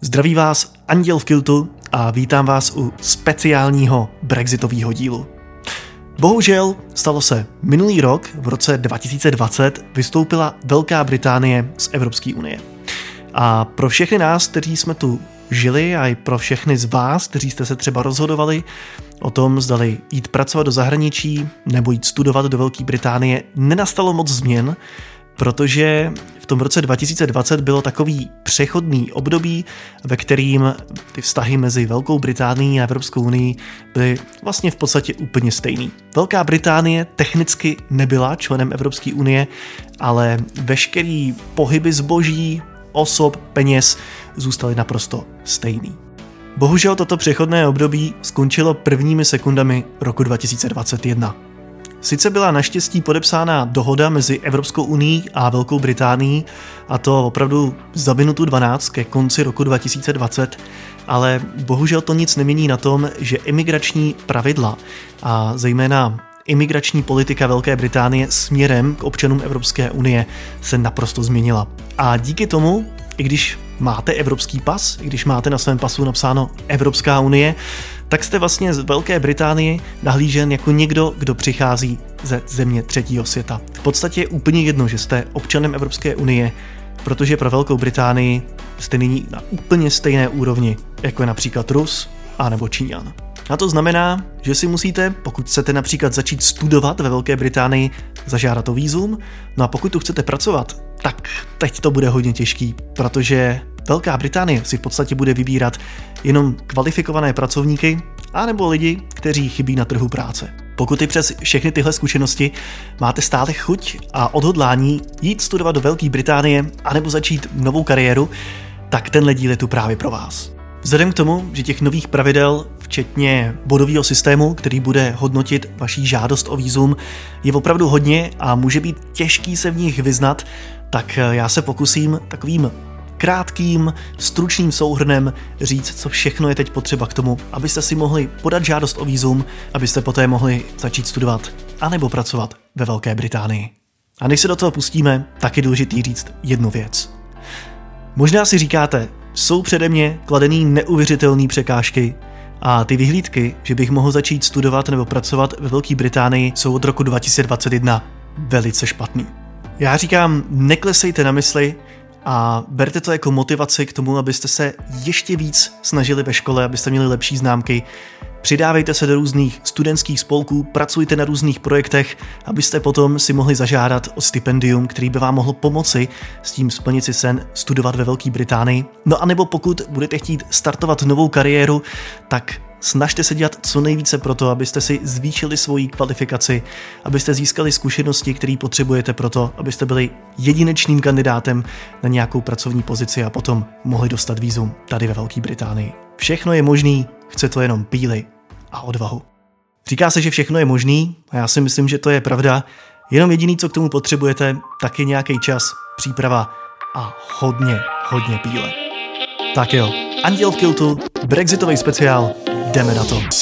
Zdraví vás Anděl v kiltu a vítám vás u speciálního brexitového dílu. Bohužel stalo se minulý rok, v roce 2020, vystoupila Velká Británie z Evropské unie. A pro všechny nás, kteří jsme tu žili, a i pro všechny z vás, kteří jste se třeba rozhodovali o tom, zdali jít pracovat do zahraničí nebo jít studovat do Velké Británie, nenastalo moc změn, protože v tom roce 2020 bylo takový přechodný období, ve kterým ty vztahy mezi Velkou Británií a Evropskou unii byly vlastně v podstatě úplně stejný. Velká Británie technicky nebyla členem Evropské unie, ale veškerý pohyby zboží, osob, peněz zůstaly naprosto stejný. Bohužel toto přechodné období skončilo prvními sekundami roku 2021. Sice byla naštěstí podepsána dohoda mezi Evropskou unií a Velkou Británií, a to opravdu za minutu 12 ke konci roku 2020, ale bohužel to nic nemění na tom, že imigrační pravidla a zejména imigrační politika Velké Británie směrem k občanům Evropské unie se naprosto změnila. A díky tomu, i když máte evropský pas, i když máte na svém pasu napsáno Evropská unie, tak jste vlastně z Velké Británie nahlížen jako někdo, kdo přichází ze země třetího světa. V podstatě je úplně jedno, že jste občanem Evropské unie, protože pro Velkou Británii jste nyní na úplně stejné úrovni, jako je například Rus a nebo Číňan. A to znamená, že si musíte, pokud chcete například začít studovat ve Velké Británii, zažádat o vízum, no a pokud tu chcete pracovat, tak teď to bude hodně těžký, protože Velká Británie si v podstatě bude vybírat jenom kvalifikované pracovníky anebo lidi, kteří chybí na trhu práce. Pokud i přes všechny tyhle zkušenosti máte stále chuť a odhodlání jít studovat do Velké Británie anebo začít novou kariéru, tak tenhle díl je tu právě pro vás. Vzhledem k tomu, že těch nových pravidel, včetně bodového systému, který bude hodnotit vaši žádost o vízum, je opravdu hodně a může být těžký se v nich vyznat, tak já se pokusím takovým krátkým, stručným souhrnem říct, co všechno je teď potřeba k tomu, abyste si mohli podat žádost o vízum, abyste poté mohli začít studovat anebo pracovat ve Velké Británii. A než se do toho pustíme, tak je důležitý říct jednu věc. Možná si říkáte, jsou přede mě kladený neuvěřitelné překážky a ty vyhlídky, že bych mohl začít studovat nebo pracovat ve Velké Británii, jsou od roku 2021 velice špatný. Já říkám, neklesejte na mysli a berte to jako motivaci k tomu, abyste se ještě víc snažili ve škole, abyste měli lepší známky. Přidávejte se do různých studentských spolků, pracujte na různých projektech, abyste potom si mohli zažádat o stipendium, který by vám mohl pomoci s tím splnit si sen studovat ve Velké Británii. No a nebo pokud budete chtít startovat novou kariéru, tak snažte se dělat co nejvíce pro to, abyste si zvýšili svoji kvalifikaci, abyste získali zkušenosti, které potřebujete pro to, abyste byli jedinečným kandidátem na nějakou pracovní pozici a potom mohli dostat vízum tady ve Velké Británii. Všechno je možný, chce to jenom píli a odvahu. Říká se, že všechno je možný a já si myslím, že to je pravda. Jenom jediný, co k tomu potřebujete, tak je nějaký čas, příprava a hodně píle. Tak jo, Anděl v kiltu, brexitový speciál, jdeme na to.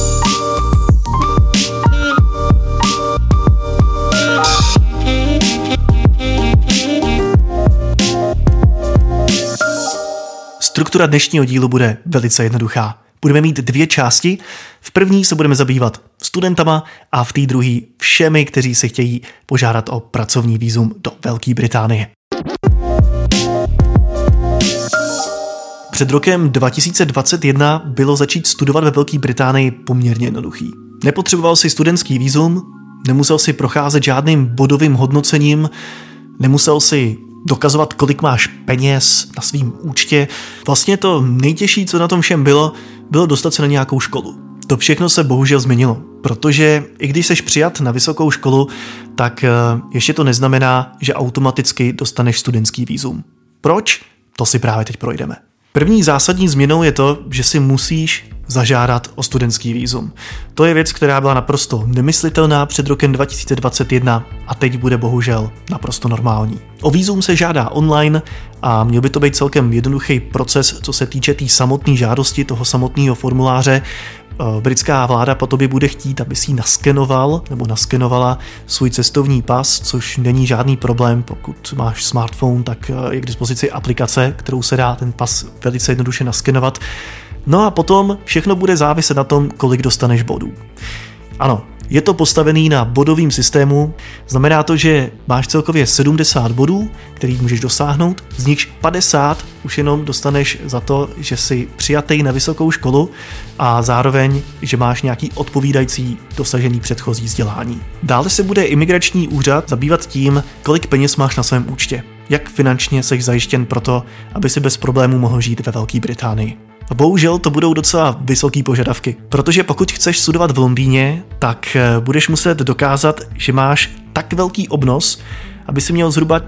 Struktura dnešního dílu bude velice jednoduchá. Budeme mít dvě části. V první se budeme zabývat studentama a v té druhé všemi, kteří se chtějí požádat o pracovní vízum do Velké Británie. Před rokem 2021 bylo začít studovat ve Velké Británii poměrně jednoduchý. Nepotřeboval si studentský vízum, nemusel si procházet žádným bodovým hodnocením, nemusel si dokazovat, kolik máš peněz na svým účtě. Vlastně to nejtěžší, co na tom všem bylo dostat se na nějakou školu. To všechno se bohužel změnilo, protože i když seš přijat na vysokou školu, tak ještě to neznamená, že automaticky dostaneš studentský vízum. Proč? To si právě teď projdeme. První zásadní změnou je to, že si musíš zažádat o studentský vízum. To je věc, která byla naprosto nemyslitelná před rokem 2021 a teď bude bohužel naprosto normální. O vízum se žádá online a měl by to být celkem jednoduchý proces, co se týče té samotné žádosti, toho samotného formuláře. britská vláda po tobě bude chtít, aby si naskenoval nebo naskenovala svůj cestovní pas, což není žádný problém, pokud máš smartphone, tak je k dispozici aplikace, kterou se dá ten pas velice jednoduše naskenovat. No a potom všechno bude záviset na tom, kolik dostaneš bodů. Ano, je to postavený na bodovém systému, znamená to, že máš celkově 70 bodů, který můžeš dosáhnout, z nichž 50 už jenom dostaneš za to, že jsi přijatý na vysokou školu a zároveň, že máš nějaký odpovídající dosažený předchozí vzdělání. Dále se bude imigrační úřad zabývat tím, kolik peněz máš na svém účtě, jak finančně jsi zajištěn pro to, aby si bez problémů mohl žít ve Velké Británii. A bohužel to budou docela vysoké požadavky, protože pokud chceš studovat v Londýně, tak budeš muset dokázat, že máš tak velký obnos, aby si měl zhruba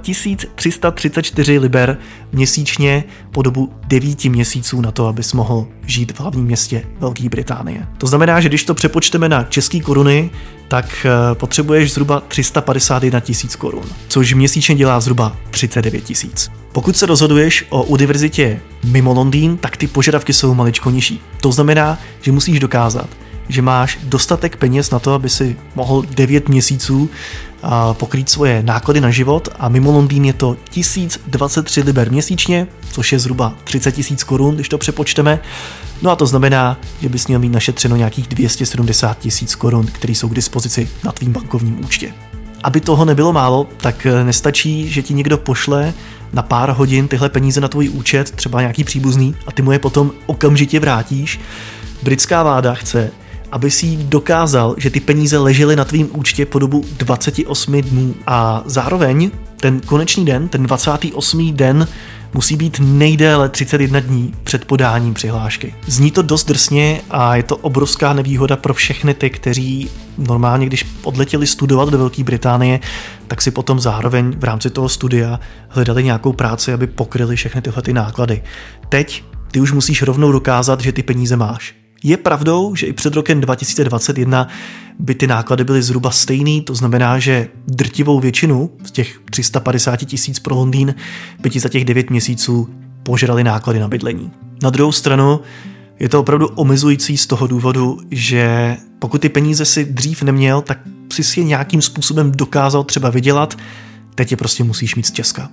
1334 liber měsíčně po dobu 9 měsíců na to, abys mohl žít v hlavním městě Velké Británie. To znamená, že když to přepočteme na české koruny, tak potřebuješ zhruba 351 tisíc korun, což měsíčně dělá zhruba 39 tisíc. Pokud se rozhoduješ o univerzitě mimo Londýn, tak ty požadavky jsou maličko nižší. To znamená, že musíš dokázat, že máš dostatek peněz na to, aby si mohl 9 měsíců pokrýt svoje náklady na život a mimo Londýn je to 1023 liber měsíčně, což je zhruba 30 tisíc korun, když to přepočteme. No a to znamená, že bys měl mít našetřeno nějakých 270 tisíc korun, které jsou k dispozici na tvým bankovním účtě. Aby toho nebylo málo, tak nestačí, že ti někdo pošle na pár hodin tyhle peníze na tvůj účet, třeba nějaký příbuzný, a ty mu je potom okamžitě vrátíš. Britská vláda chce, aby si dokázal, že ty peníze ležely na tvým účtě po dobu 28 dnů a zároveň ten konečný den, ten 28. den musí být nejdéle 31 dní před podáním přihlášky. Zní to dost drsně a je to obrovská nevýhoda pro všechny ty, kteří normálně, když odletěli studovat do Velké Británie, tak si potom zároveň v rámci toho studia hledali nějakou práci, aby pokryli všechny tyhle ty náklady. Teď ty už musíš rovnou dokázat, že ty peníze máš. Je pravdou, že i před rokem 2021 by ty náklady byly zhruba stejný, to znamená, že drtivou většinu z těch 350 tisíc pro Londýn by ti za těch 9 měsíců požrali náklady na bydlení. Na druhou stranu je to opravdu omezující z toho důvodu, že pokud ty peníze si dřív neměl, tak si je nějakým způsobem dokázal třeba vydělat, teď je prostě musíš mít z Česka.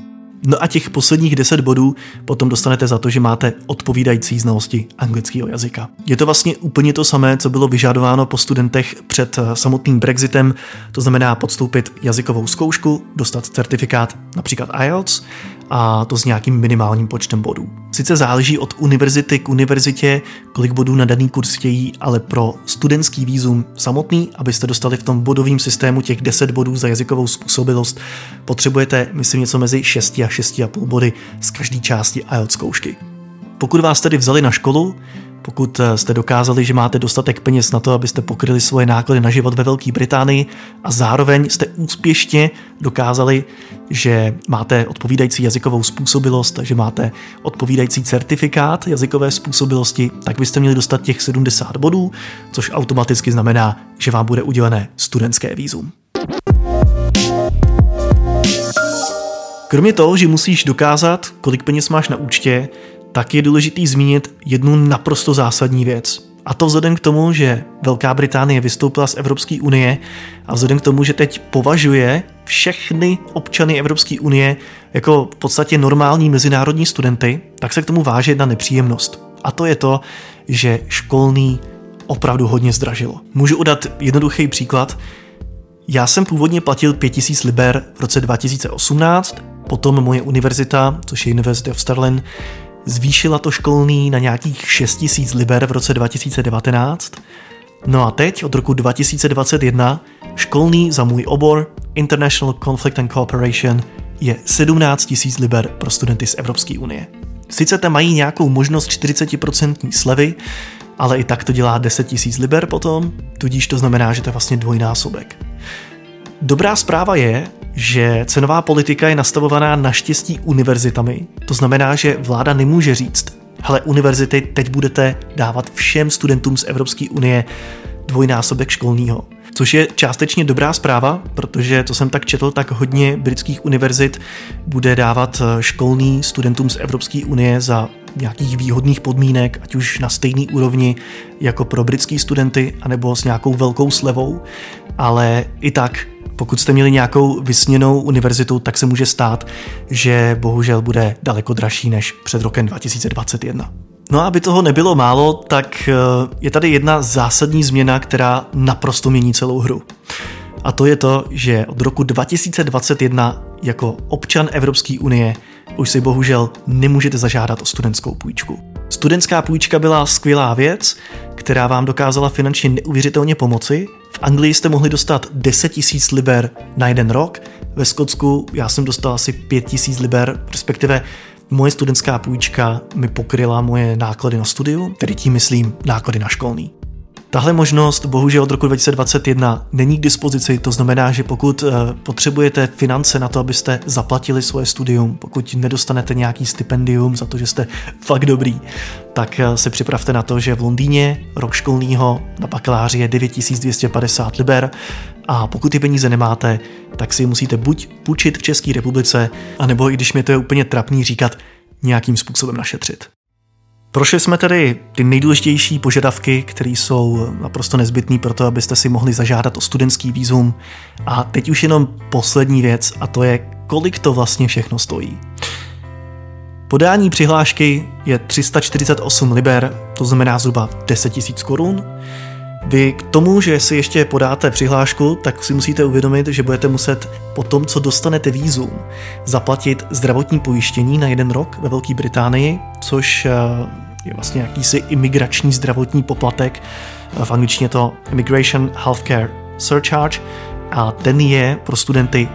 No a těch posledních 10 bodů potom dostanete za to, že máte odpovídající znalosti anglického jazyka. Je to vlastně úplně to samé, co bylo vyžadováno po studentech před samotným Brexitem, to znamená podstoupit jazykovou zkoušku, dostat certifikát, například IELTS, a to s nějakým minimálním počtem bodů. Sice záleží od univerzity k univerzitě, kolik bodů na daný kurz chtějí, ale pro studentský vízum samotný, abyste dostali v tom bodovém systému těch 10 bodů za jazykovou způsobilost, potřebujete, myslím, něco mezi 6 a 6,5 body z každé části IELTS zkoušky. Pokud vás tedy vzali na školu, pokud jste dokázali, že máte dostatek peněz na to, abyste pokryli svoje náklady na život ve Velké Británii a zároveň jste úspěšně dokázali, že máte odpovídající jazykovou způsobilost, že máte odpovídající certifikát jazykové způsobilosti, tak byste měli dostat těch 70 bodů, což automaticky znamená, že vám bude udělené studentské vízum. Kromě toho, že musíš dokázat, kolik peněz máš na účtě, tak je důležitý zmínit jednu naprosto zásadní věc. A to vzhledem k tomu, že Velká Británie vystoupila z Evropské unie a vzhledem k tomu, že teď považuje všechny občany Evropské unie jako v podstatě normální mezinárodní studenty, tak se k tomu váže jedna nepříjemnost. A to je to, že školní opravdu hodně zdražilo. Můžu udat jednoduchý příklad. Já jsem původně platil 5000 liber v roce 2018, potom moje univerzita, což je University of Stirling, zvýšila to školní na nějakých 6000 liber v roce 2019. No a teď od roku 2021 školní za můj obor International Conflict and Cooperation je 17 000 liber pro studenty z Evropské unie. Sice tam mají nějakou možnost 40% slevy, ale i tak to dělá 10 000 liber potom, tudíž to znamená, že to je vlastně dvojnásobek. Dobrá zpráva je, že cenová politika je nastavovaná naštěstí univerzitami. To znamená, že vláda nemůže říct, hele, univerzity, teď budete dávat všem studentům z Evropské unie dvojnásobek školního. což je částečně dobrá zpráva, protože to jsem tak četl, tak hodně britských univerzit bude dávat školní studentům z Evropské unie za nějakých výhodných podmínek, ať už na stejný úrovni jako pro britský studenty, anebo s nějakou velkou slevou, ale i tak, pokud jste měli nějakou vysněnou univerzitu, tak se může stát, že bohužel bude daleko dražší než před rokem 2021. No a aby toho nebylo málo, tak je tady jedna zásadní změna, která naprosto mění celou hru. A to je to, že od roku 2021 jako občan Evropské unie už si bohužel nemůžete zažádat o studentskou půjčku. Studentská půjčka byla skvělá věc, která vám dokázala finančně neuvěřitelně pomoci. V Anglii jste mohli dostat 10 000 liber na 1 rok, ve Skotsku já jsem dostal asi 5 000 liber, respektive moje studentská půjčka mi pokryla moje náklady na studium, tedy tím myslím náklady na školní. Tahle možnost bohužel od roku 2021 není k dispozici, to znamená, že pokud potřebujete finance na to, abyste zaplatili svoje studium, pokud nedostanete nějaký stipendium za to, že jste fakt dobrý, tak se připravte na to, že v Londýně rok školního na bakaláři je 9250 liber a pokud ty peníze nemáte, tak si je musíte buď půjčit v České republice, anebo i když mi to je úplně trapný říkat, nějakým způsobem našetřit. Prošli jsme tedy ty nejdůležitější požadavky, které jsou naprosto nezbytné pro to, abyste si mohli zažádat o studentský vízum. A teď už jenom poslední věc, a to je, kolik to vlastně všechno stojí. Podání přihlášky je 348 liber, to znamená zhruba 10 000 korun. Vy k tomu, že si ještě podáte přihlášku, tak si musíte uvědomit, že budete muset po tom, co dostanete vízum, zaplatit zdravotní pojištění na 1 rok ve Velké Británii, což je vlastně jakýsi imigrační zdravotní poplatek. V angličtině to Immigration Healthcare Surcharge a ten je pro studenty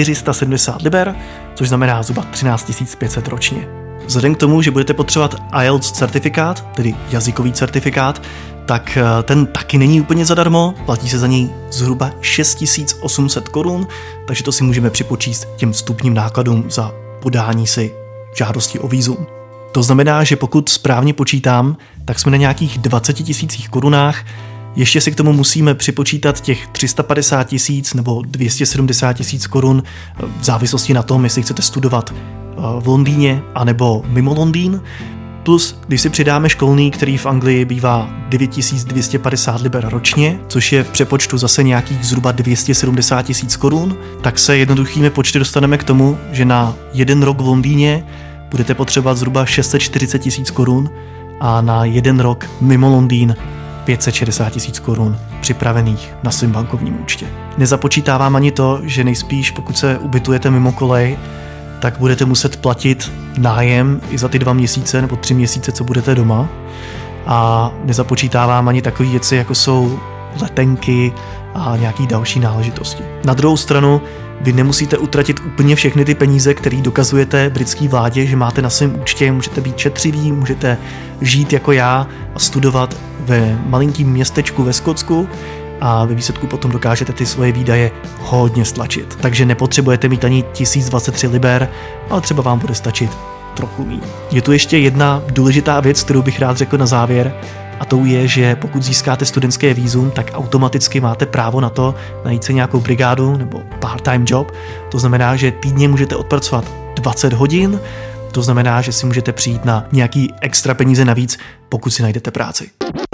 470 liber, což znamená zhruba 13 500 ročně. Vzhledem k tomu, že budete potřebovat IELTS certifikát, tedy jazykový certifikát, tak ten taky není úplně zadarmo, platí se za něj zhruba 6800 korun, takže to si můžeme připočíst těm vstupním nákladům za podání si žádosti o vízum. To znamená, že pokud správně počítám, tak jsme na nějakých 20 000 korunách, ještě si k tomu musíme připočítat těch 350 000 nebo 270 000 korun v závislosti na tom, jestli chcete studovat v Londýně anebo mimo Londýn. Plus, když si přidáme školný, který v Anglii bývá 9250 liber ročně, což je v přepočtu zase nějakých zhruba 270 000 korun, tak se jednoduchými počty dostaneme k tomu, že na 1 rok v Londýně budete potřebovat zhruba 640 000 korun a na 1 rok mimo Londýn 560 000 korun připravených na svém bankovním účtě. Nezapočítávám ani to, že nejspíš pokud se ubytujete mimo kolej, tak budete muset platit nájem i za ty 2 měsíce nebo 3 měsíce, co budete doma. A nezapočítávám ani takové věci, jako jsou letenky a nějaké další náležitosti. Na druhou stranu, vy nemusíte utratit úplně všechny ty peníze, které dokazujete britské vládě, že máte na svém účtě, můžete být šetřiví, můžete žít jako já a studovat ve malinkém městečku ve Skotsku a ve výsledku potom dokážete ty svoje výdaje hodně stlačit. Takže nepotřebujete mít ani 1023 liber, ale třeba vám bude stačit trochu méně. Je tu ještě jedna důležitá věc, kterou bych rád řekl na závěr, a to je, že pokud získáte studentské vízum, tak automaticky máte právo na to najít si nějakou brigádu nebo part-time job. To znamená, že týdně můžete odpracovat 20 hodin, to znamená, že si můžete přijít na nějaký extra peníze navíc, pokud si najdete práci.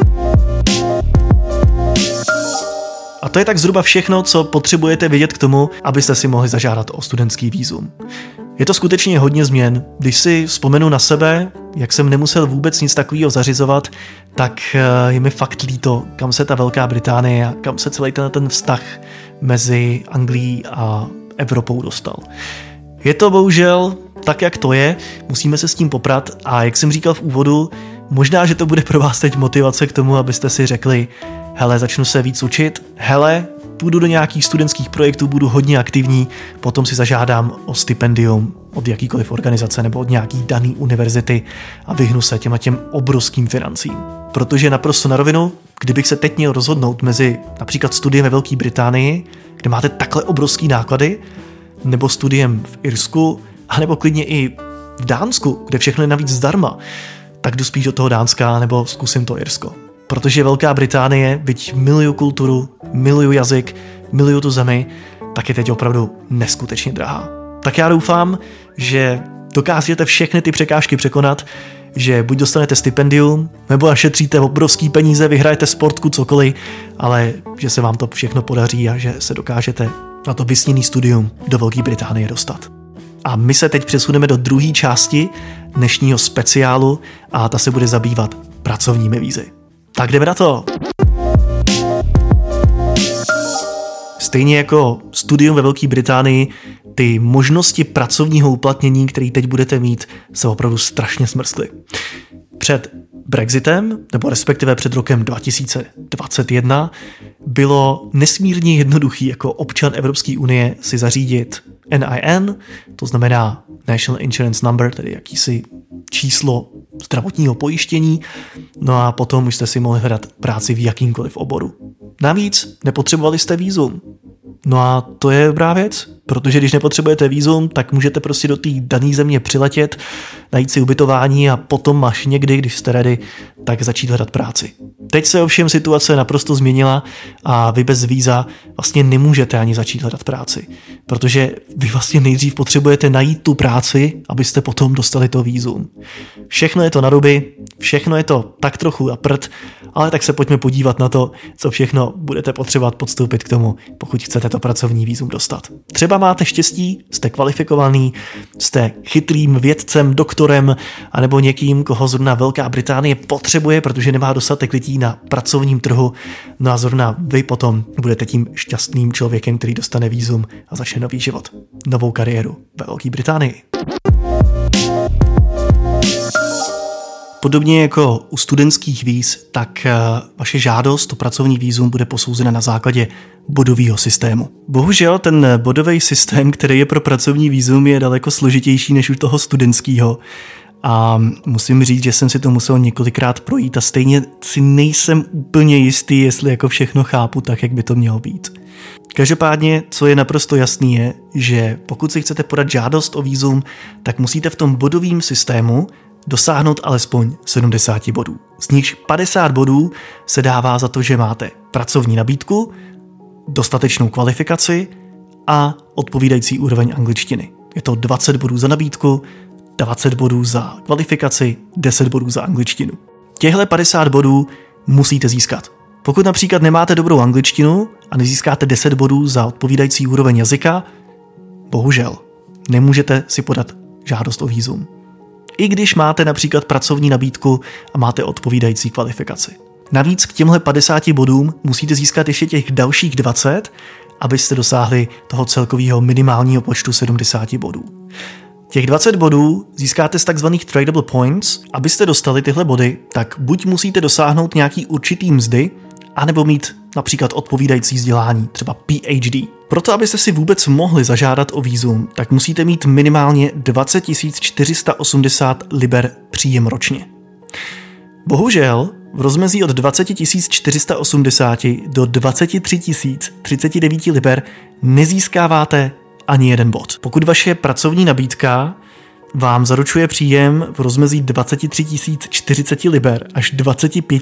A to je tak zhruba všechno, co potřebujete vědět k tomu, abyste si mohli zažádat o studentský vízum. Je to skutečně hodně změn. Když si vzpomenu na sebe, jak jsem nemusel vůbec nic takového zařizovat, tak je mi fakt líto, kam se ta Velká Británie a kam se celý ten vztah mezi Anglií a Evropou dostal. Je to bohužel tak, jak to je, musíme se s tím poprat a jak jsem říkal v úvodu, možná, že to bude pro vás teď motivace k tomu, abyste si řekli, hele, začnu se víc učit, hele, půjdu do nějakých studentských projektů, budu hodně aktivní, potom si zažádám o stipendium od jakýkoliv organizace nebo od nějaký daný univerzity a vyhnu se těm obrovským financím. Protože naprosto na rovinu, kdybych se teď měl rozhodnout mezi například studiem ve Velké Británii, kde máte takhle obrovský náklady, nebo studiem v Irsku, anebo klidně i v Dánsku, kde všechno je navíc zdarma, tak jdu spíš do toho Dánska nebo zkusím to Irsko. protože Velká Británie, byť miluju kulturu, miluju jazyk, miluju tu zemi, tak je teď opravdu neskutečně drahá. Tak já doufám, že dokážete všechny ty překážky překonat, že buď dostanete stipendium, nebo našetříte obrovský peníze, vyhrajete sportku, cokoliv, ale že se vám to všechno podaří a že se dokážete na to vysněný studium do Velké Británie dostat. A my se teď přesuneme do druhé části dnešního speciálu a ta se bude zabývat pracovními vízy. Tak jdeme na to! Stejně jako studium ve Velké Británii, ty možnosti pracovního uplatnění, které teď budete mít, se opravdu strašně smrskly. Před Brexitem, nebo respektive před rokem 2021, bylo nesmírně jednoduchý jako občan Evropské unie si zařídit NIN, to znamená National Insurance Number, tedy jakýsi číslo zdravotního pojištění, no a potom už jste si mohli hledat práci v jakýmkoliv oboru. Navíc nepotřebovali jste vízum. No a to je dobrá věc, protože když nepotřebujete vízum, tak můžete prostě do té dané země přiletět, najít si ubytování a potom až někdy, když jste ready, tak začít hledat práci. Teď se ovšem situace naprosto změnila a vy bez víza vlastně nemůžete ani začít hledat práci, protože vy vlastně nejdřív potřebujete najít tu práci, abyste potom dostali to vízum. Všechno je to na ruby, všechno je to tak trochu a prd, ale tak se pojďme podívat na to, co všechno budete potřebovat podstoupit k tomu, pokud chcete to pracovní vízum dostat. Třeba máte štěstí, jste kvalifikovaný, jste chytrým vědcem, doktorem, anebo někým, koho zrovna Velká Británie potřebuje, protože nemá dostatek lidí na pracovním trhu, no a zrovna vy potom budete tím šťastným člověkem, který dostane vízum a začne nový život, novou kariéru ve Velké Británii. Podobně jako u studentských víz, tak vaše žádost o pracovní vízum bude posouzena na základě bodového systému. Bohužel ten bodový systém, který je pro pracovní vízum, je daleko složitější než u toho studentského. A musím říct, že jsem si to musel několikrát projít a stejně si nejsem úplně jistý, jestli jako všechno chápu tak, jak by to mělo být. Každopádně, co je naprosto jasný je, že pokud si chcete podat žádost o vízum, tak musíte v tom bodovém systému dosáhnout alespoň 70 bodů. Z nichž 50 bodů se dává za to, že máte pracovní nabídku, dostatečnou kvalifikaci a odpovídající úroveň angličtiny. Je to 20 bodů za nabídku, 20 bodů za kvalifikaci, 10 bodů za angličtinu. Těhle 50 bodů musíte získat. Pokud například nemáte dobrou angličtinu a nezískáte 10 bodů za odpovídající úroveň jazyka, bohužel nemůžete si podat žádost o vízum. I když máte například pracovní nabídku a máte odpovídající kvalifikaci. Navíc k těmhle 50 bodům musíte získat ještě těch dalších 20, abyste dosáhli toho celkového minimálního počtu 70 bodů. Těch 20 bodů získáte z takzvaných tradable points. Abyste dostali tyhle body, tak buď musíte dosáhnout nějaký určitý mzdy, anebo mít například odpovídající vzdělání, třeba PhD. Proto, abyste si vůbec mohli zažádat o vízum, tak musíte mít minimálně 20 480 liber příjem ročně. Bohužel v rozmezí od 20 480 do 23 039 liber nezískáváte ani jeden bod. Pokud vaše pracovní nabídka vám zaručuje příjem v rozmezí 23 040 liber až 25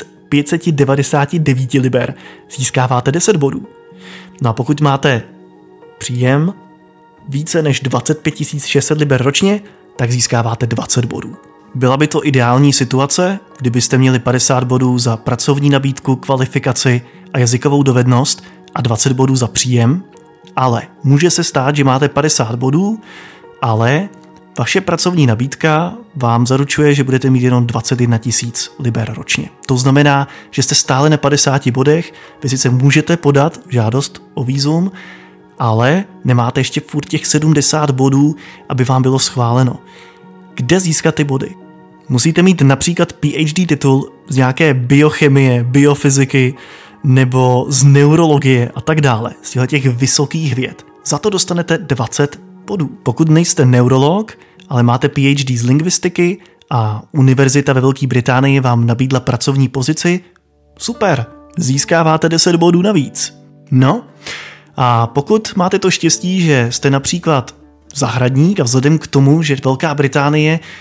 599 liber, získáváte 10 bodů. No a pokud máte příjem více než 25 600 liber ročně, tak získáváte 20 bodů. Byla by to ideální situace, kdybyste měli 50 bodů za pracovní nabídku, kvalifikaci a jazykovou dovednost a 20 bodů za příjem, ale může se stát, že máte 50 bodů, ale vaše pracovní nabídka vám zaručuje, že budete mít jenom 21 000 liber ročně. To znamená, že jste stále na 50 bodech, vy sice můžete podat žádost o vízum, ale nemáte ještě furt těch 70 bodů, aby vám bylo schváleno. Kde získat ty body? Musíte mít například PhD titul z nějaké biochemie, biofyziky nebo z neurologie a tak dále, z těch vysokých věd. Za to dostanete 20 bodů. Pokud nejste neurolog, ale máte PhD z lingvistiky a univerzita ve Velké Británii vám nabídla pracovní pozici, super, získáváte 10 bodů navíc. No, a pokud máte to štěstí, že jste například zahradník a vzhledem k tomu, že Velká Británie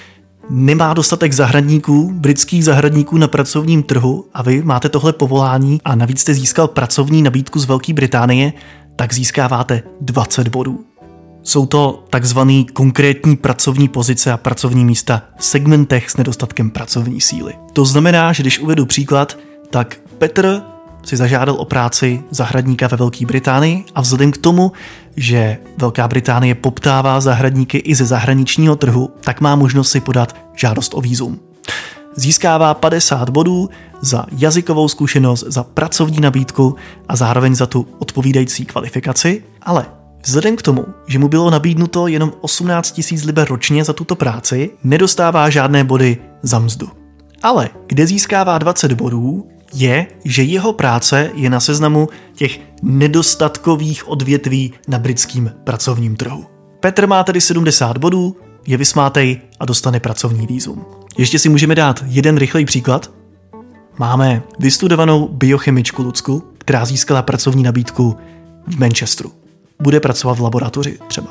nemá dostatek zahradníků, britských zahradníků na pracovním trhu a vy máte tohle povolání a navíc jste získal pracovní nabídku z Velké Británie, tak získáváte 20 bodů. Jsou to takzvaný konkrétní pracovní pozice a pracovní místa v segmentech s nedostatkem pracovní síly. To znamená, že když uvedu příklad, tak Petr si zažádal o práci zahradníka ve Velké Británii a vzhledem k tomu, že Velká Británie poptává zahradníky i ze zahraničního trhu, tak má možnost si podat žádost o vízum. Získává 50 bodů za jazykovou zkušenost, za pracovní nabídku a zároveň za tu odpovídající kvalifikaci, ale vzhledem k tomu, že mu bylo nabídnuto jenom 18 000 liber ročně za tuto práci, nedostává žádné body za mzdu. Ale kde získává 20 bodů, je, že jeho práce je na seznamu těch nedostatkových odvětví na britském pracovním trhu. Petr má tedy 70 bodů, je vysmátej a dostane pracovní vízum. Ještě si můžeme dát jeden rychlej příklad. Máme vystudovanou biochemičku Lucku, která získala pracovní nabídku v Manchesteru. Bude pracovat v laboratoři třeba.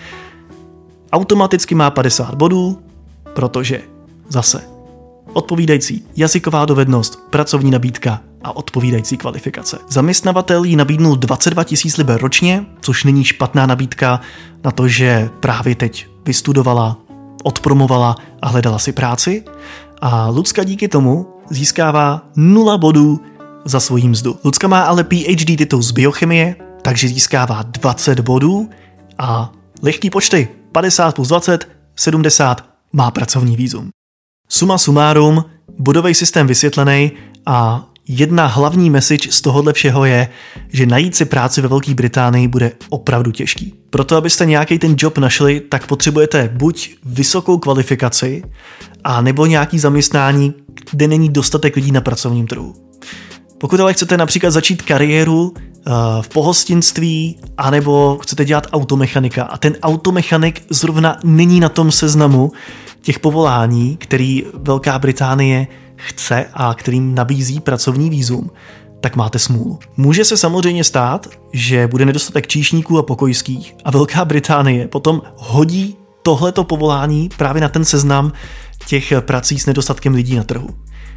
Automaticky má 50 bodů, protože zase odpovídající jazyková dovednost, pracovní nabídka a odpovídající kvalifikace. Zaměstnavatel jí nabídnul 22 000 liber ročně, což není špatná nabídka na to, že právě teď vystudovala, odpromovala a hledala si práci. A Lucka díky tomu získává 0 bodů za svoji mzdu. Lucka má ale PhD titul z biochemie, takže získává 20 bodů a lehký počty 50 plus 20, 70 má pracovní vízum. Suma sumárum, bodový systém vysvětlený a jedna hlavní message z tohohle všeho je, že najít si práci ve Velké Británii bude opravdu těžký. Proto, abyste nějaký ten job našli, tak potřebujete buď vysokou kvalifikaci, a nebo nějaký zaměstnání, kde není dostatek lidí na pracovním trhu. Pokud ale chcete například začít kariéru v pohostinství, anebo chcete dělat automechanika a ten automechanik zrovna není na tom seznamu těch povolání, který Velká Británie chce a kterým nabízí pracovní vízum, tak máte smůlu. Může se samozřejmě stát, že bude nedostatek číšníků a pokojských a Velká Británie potom hodí tohleto povolání právě na ten seznam těch prací s nedostatkem lidí na trhu.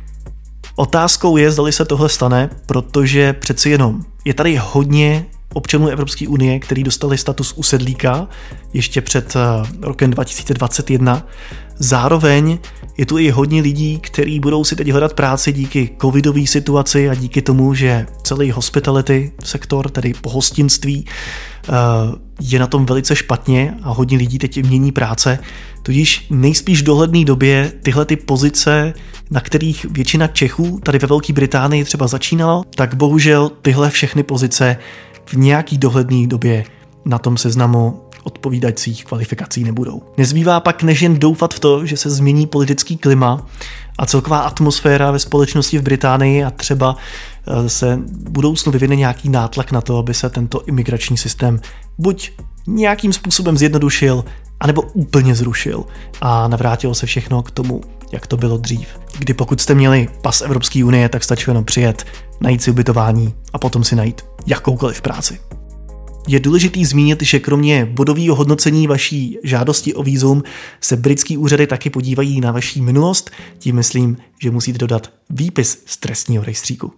Otázkou je, zdali se tohle stane, protože přeci jenom je tady hodně občanů Evropské unie, kteří dostali status usedlíka ještě před rokem 2021. Zároveň je tu i hodně lidí, kteří budou si teď hledat práci díky covidové situaci a díky tomu, že celý hospitality sektor, tedy pohostinství, je na tom velice špatně a hodně lidí teď mění práce. Tudíž nejspíš v dohledné době tyhle ty pozice, na kterých většina Čechů tady ve Velké Británii třeba začínalo, tak bohužel tyhle všechny pozice v nějaký dohledné době na tom seznamu odpovídajících kvalifikací nebudou. Nezbývá pak než jen doufat v to, že se změní politický klima a celková atmosféra ve společnosti v Británii a třeba se v budoucnu vyvine nějaký nátlak na to, aby se tento imigrační systém buď nějakým způsobem zjednodušil, anebo úplně zrušil a navrátilo se všechno k tomu, jak to bylo dřív. Kdy pokud jste měli pas Evropské unie, tak stačilo jenom přijet, najít si ubytování a potom si najít jakoukoliv práci. Je důležitý zmínit, že kromě bodového hodnocení vaší žádosti o vízum se britský úřady taky podívají na vaší minulost, tím myslím, že musíte dodat výpis z trestního rejstříku.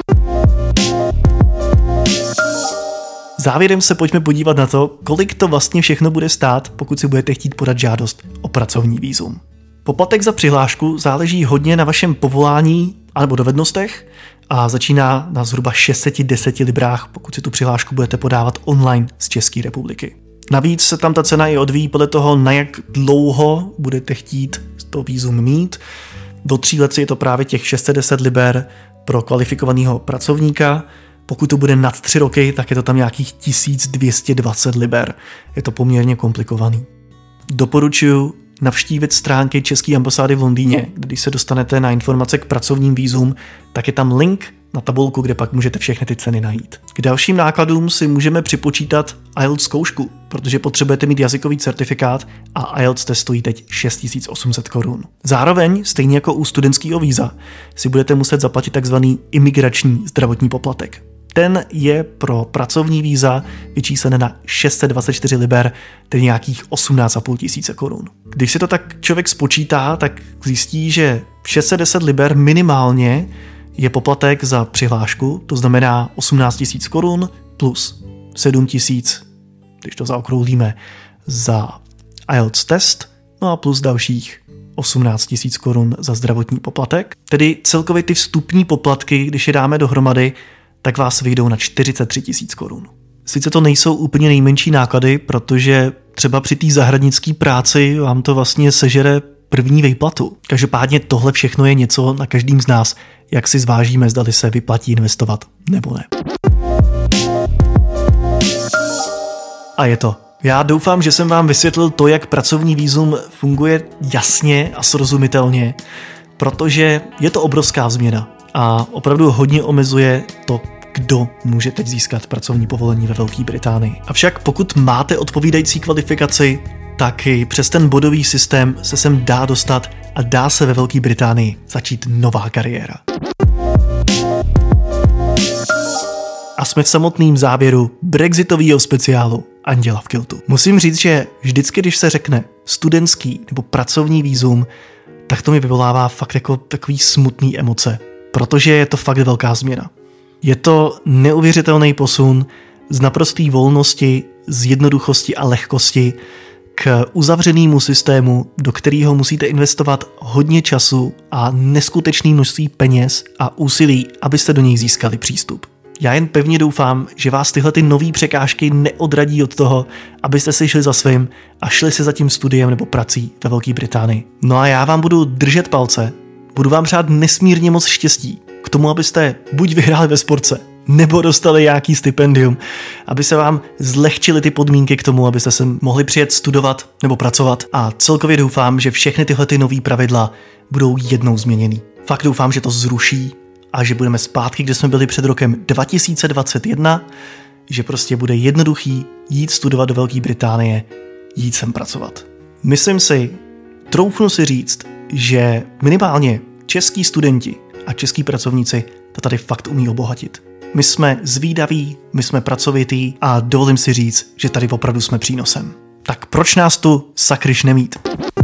Závěrem se pojďme podívat na to, kolik to vlastně všechno bude stát, pokud si budete chtít podat žádost o pracovní vízum. Poplatek za přihlášku záleží hodně na vašem povolání anebo dovednostech a začíná na zhruba 610 librách, pokud si tu přihlášku budete podávat online z České republiky. Navíc se tam ta cena i odvíjí podle toho, na jak dlouho budete chtít to vízum mít. Do 3 let je to právě těch 610 liber pro kvalifikovaného pracovníka. Pokud to bude nad 3 roky, tak je to tam nějakých 1220 liber. Je to poměrně komplikovaný. Doporučuji navštívit stránky České ambasády v Londýně, když se dostanete na informace k pracovním vízum, tak je tam link na tabulku, kde pak můžete všechny ty ceny najít. K dalším nákladům si můžeme připočítat IELTS zkoušku, protože potřebujete mít jazykový certifikát a IELTS test stojí teď 6800 korun. Zároveň, stejně jako u studentského víza, si budete muset zaplatit takzvaný imigrační zdravotní poplatek. ten je pro pracovní víza vyčíslen na 624 liber, tedy nějakých 18,5 tisíce korun. Když si to tak člověk spočítá, tak zjistí, že 610 liber minimálně je poplatek za přihlášku, to znamená 18 tisíc korun plus 7 tisíc, když to zaokrouhlíme, za IELTS test, no a plus dalších 18 tisíc korun za zdravotní poplatek. Tedy celkově ty vstupní poplatky, když je dáme dohromady, tak vás vyjdou na 43 tisíc korun. Sice to nejsou úplně nejmenší náklady, protože třeba při té zahradnické práci vám to vlastně sežere první výplatu. Každopádně tohle všechno je něco na každým z nás, jak si zvážíme, zdali se vyplatí investovat nebo ne. A je to. Já doufám, že jsem vám vysvětlil to, jak pracovní vízum funguje jasně a srozumitelně, protože je to obrovská změna a opravdu hodně omezuje to, kdo může teď získat pracovní povolení ve Velké Británii. Avšak pokud máte odpovídající kvalifikaci, tak i přes ten bodový systém se sem dá dostat a dá se ve Velké Británii začít nová kariéra. A jsme v samotném závěru brexitového speciálu Anděla v kiltu. Musím říct, že vždycky, když se řekne studentský nebo pracovní vízum, tak to mi vyvolává fakt jako takový smutný emoce, protože je to fakt velká změna. Je to neuvěřitelný posun z naprosté volnosti, z jednoduchosti a lehkosti k uzavřenému systému, do kterého musíte investovat hodně času a neskutečné množství peněz a úsilí, abyste do něj získali přístup. Já jen pevně doufám, že vás tyhle ty nový překážky neodradí od toho, abyste si šli za svým a šli si za tím studiem nebo prací ve Velké Británii. No a já vám budu držet palce, budu vám přát nesmírně moc štěstí k tomu, abyste buď vyhráli ve sportce, nebo dostali nějaký stipendium, aby se vám zlehčily ty podmínky k tomu, abyste se mohli přijet studovat nebo pracovat, a celkově doufám, že všechny tyhle ty nový pravidla budou jednou změněný. Fakt doufám, že to zruší a že budeme zpátky, kde jsme byli před rokem 2021, že prostě bude jednoduchý jít studovat do Velké Británie, jít sem pracovat. Myslím si, troufnu si říct, že minimálně český studenti a český pracovníci to tady fakt umí obohatit. My jsme zvídaví, my jsme pracovití a dovolím si říct, že tady opravdu jsme přínosem. Tak proč nás tu sakryš nemít?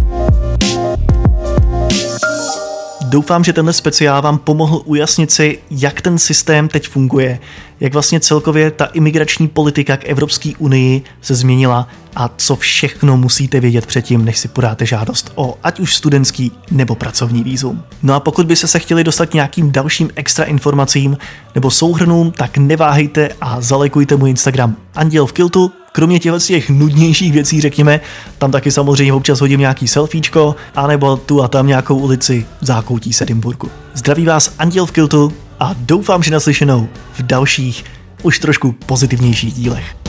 Doufám, že tenhle speciál vám pomohl ujasnit si, jak ten systém teď funguje, jak vlastně celkově ta imigrační politika k Evropské unii se změnila a co všechno musíte vědět předtím, než si podáte žádost o ať už studentský nebo pracovní vízum. No a pokud byste se chtěli dostat k nějakým dalším extra informacím nebo souhrnům, tak neváhejte a zalajkujte můj Instagram Anděl v kiltu. Kromě těch nudnějších věcí, řekněme, tam taky samozřejmě občas hodím nějaký selfiečko, anebo tu a tam nějakou ulici v zákoutí Edinburghu. Zdraví vás Anděl v kiltu a doufám, že naslyšenou v dalších, už trošku pozitivnějších dílech.